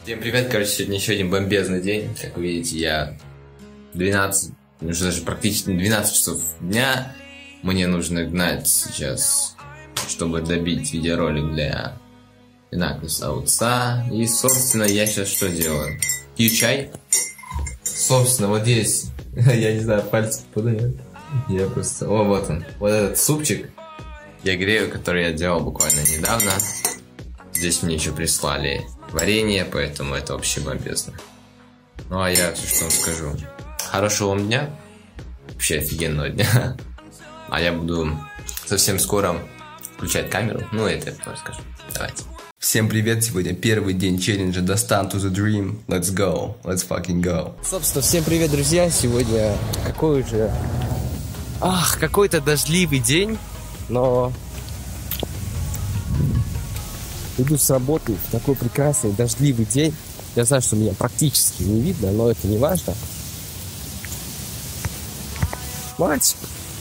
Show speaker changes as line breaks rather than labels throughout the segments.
Всем привет, короче, сегодня еще один бомбезный день. Как вы видите, я 12, уже даже практически 12 часов дня. Мне нужно гнать сейчас, чтобы добить видеоролик для Пинакуса Аутса. И, собственно, я сейчас что делаю? Пью чай. Собственно, вот здесь, я не знаю, пальцы попадают. Я просто... О, вот он. Вот этот супчик я грею, который я делал буквально недавно. Здесь мне еще прислали варенье, поэтому это вообще бомбезно. Ну а я все, что вам скажу. Хорошего вам дня. Вообще офигенного дня. А я буду совсем скоро включать камеру. Ну это я тоже скажу. Давайте.
Всем привет, сегодня первый день челленджа Dostan to the Dream. Let's go, let's fucking go.
Собственно, всем привет, друзья. Сегодня какой-то дождливый день, но иду с работы в такой прекрасный дождливый день. Я знаю, что меня практически не видно, но это не важно. Мать!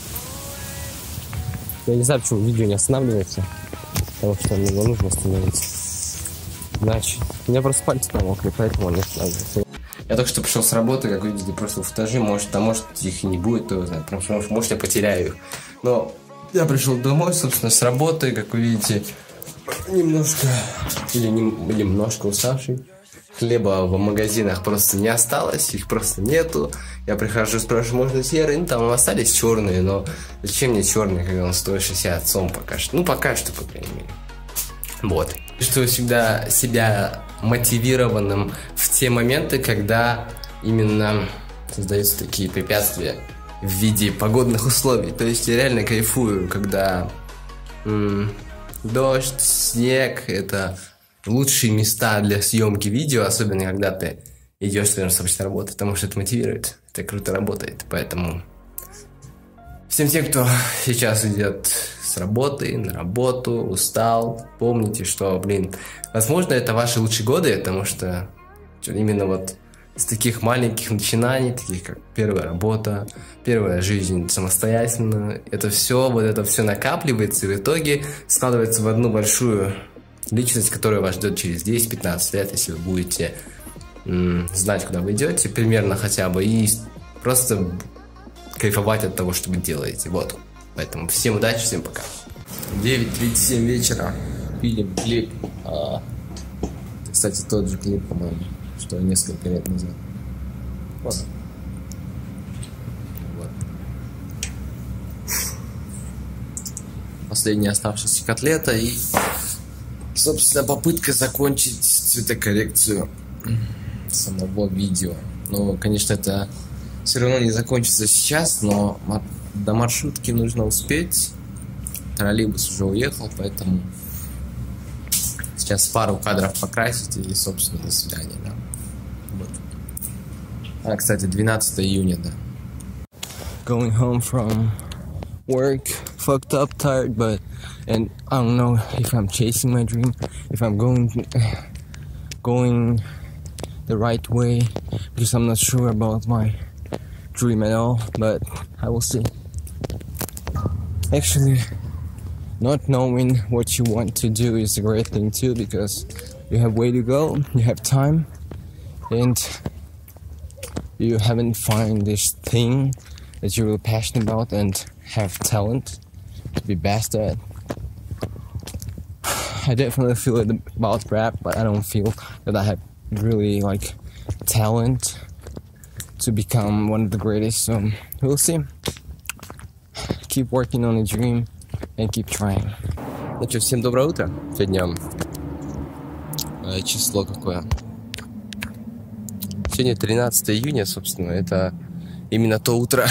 Я не знаю, почему видео не останавливается, потому что мне его нужно остановить. Иначе у меня просто пальцы намокли, поэтому он не останавливается. Я только что пришел с работы, как вы видите, просто в футажи, может их и не будет, кто знает, потому что, может, я потеряю их. Но я пришел домой, собственно, с работы, как вы видите, немножко уставший. Хлеба в магазинах просто не осталось, их просто нету. Я прихожу, спрашиваю, можно серый? Ну, там остались черные, но зачем мне черный, когда он стоит 60 сом пока что? Ну, пока что, по крайней мере. Вот. Чувствую всегда себя мотивированным в те моменты, когда именно создаются такие препятствия в виде погодных условий. То есть я реально кайфую, когда дождь, снег — это лучшие места для съемки видео, особенно когда ты идешь с обычной работы, потому что это мотивирует, это круто работает. Поэтому всем тем, кто сейчас идет с работы, на работу, устал, помните, что, возможно, это ваши лучшие годы, потому что именно вот с таких маленьких начинаний, таких как первая работа, первая жизнь самостоятельно, это все накапливается и в итоге складывается в одну большую личность, которая вас ждет через 10-15 лет, если вы будете знать, куда вы идете примерно хотя бы, и просто кайфовать от того, что вы делаете. Вот. Поэтому всем удачи, всем пока. 9:37 вечера. Пилим клип. Кстати, тот же клип, по-моему, что несколько лет назад. Вот. Последняя оставшаяся котлета и, собственно, попытка закончить цветокоррекцию самого видео. Но, конечно, это все равно не закончится сейчас, но до маршрутки нужно успеть. Троллейбус уже уехал, поэтому сейчас пару кадров покрасить и, собственно, до свидания, да. Вот. Кстати, 12 июня, да. Going home from work, fucked up, tired, and I don't know if I'm chasing my dream, if I'm going the right way, because I'm not sure about my dream at all, but I will see. Actually, not knowing what you want to do is a great thing too, because you have way to go, you have time, and you haven't found this thing that you're really passionate about and have talent to be best at. I definitely feel it about rap, but I don't feel that I have really talent to become one of the greatest, so we'll see. Keep working on a dream and keep trying. Ну что, всем доброе утро. Сегодня число какое? Сегодня 13 июня, собственно. Это именно то утро,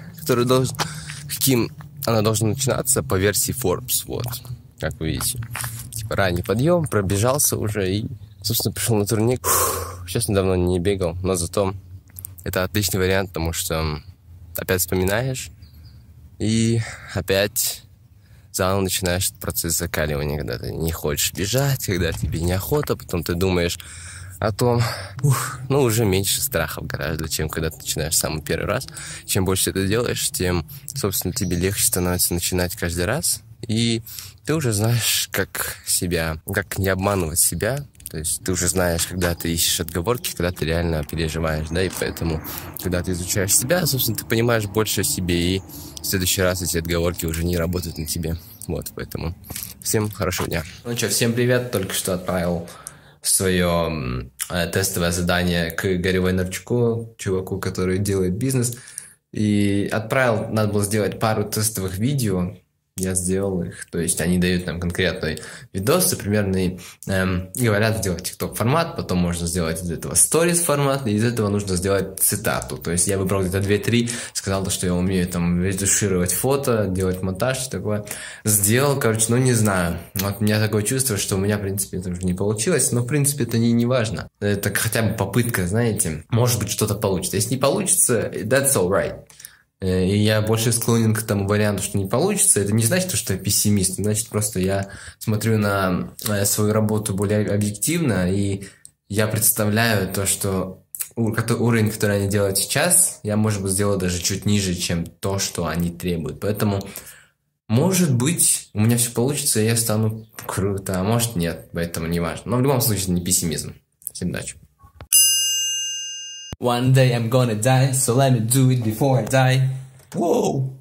каким оно должно начинаться по версии Forbes. Вот, как вы видите. Ранний подъем, пробежался уже и, собственно, пришел на турник. Сейчас недавно не бегал, но зато это отличный вариант, потому что опять вспоминаешь и опять заново начинаешь этот процесс закаливания, когда ты не хочешь бежать, когда тебе неохота, потом ты думаешь о том, уже меньше страхов гораздо, чем когда ты начинаешь самый первый раз. Чем больше ты это делаешь, тем, собственно, тебе легче становится начинать каждый раз. И ты уже знаешь, как не обманывать себя, То есть ты уже знаешь, когда ты ищешь отговорки, когда ты реально переживаешь, да, и поэтому, когда ты изучаешь себя, собственно, ты понимаешь больше о себе, и в следующий раз эти отговорки уже не работают на тебе. Вот, поэтому всем хорошего дня.
Ну что, всем привет, только что отправил свое тестовое задание к Гарри Вайнерчуку, чуваку, который делает бизнес. И отправил, надо было сделать пару тестовых видео, я сделал их, то есть они дают нам конкретные видосы, примерно и говорят сделать TikTok формат, потом можно сделать из этого stories формат, и из этого нужно сделать цитату, то есть я выбрал где-то 2-3, сказал, что я умею там ретушировать фото, делать монтаж, что такое, сделал, короче, ну не знаю, вот у меня такое чувство, что у меня, в принципе, это уже не получилось, но в принципе это не важно, это хотя бы попытка, знаете, может быть что-то получится, если не получится, that's alright. И я больше склонен к тому варианту, что не получится. Это не значит, что я пессимист. Значит, просто я смотрю на свою работу более объективно, и я представляю то, что уровень, который они делают сейчас, я, может быть, сделаю даже чуть ниже, чем то, что они требуют. Поэтому, может быть, у меня все получится, и я стану круто, а может нет. Поэтому не важно. Но в любом случае, это не пессимизм. Всем удачи.
One day I'm gonna die, so let me do it before I die. Whoa!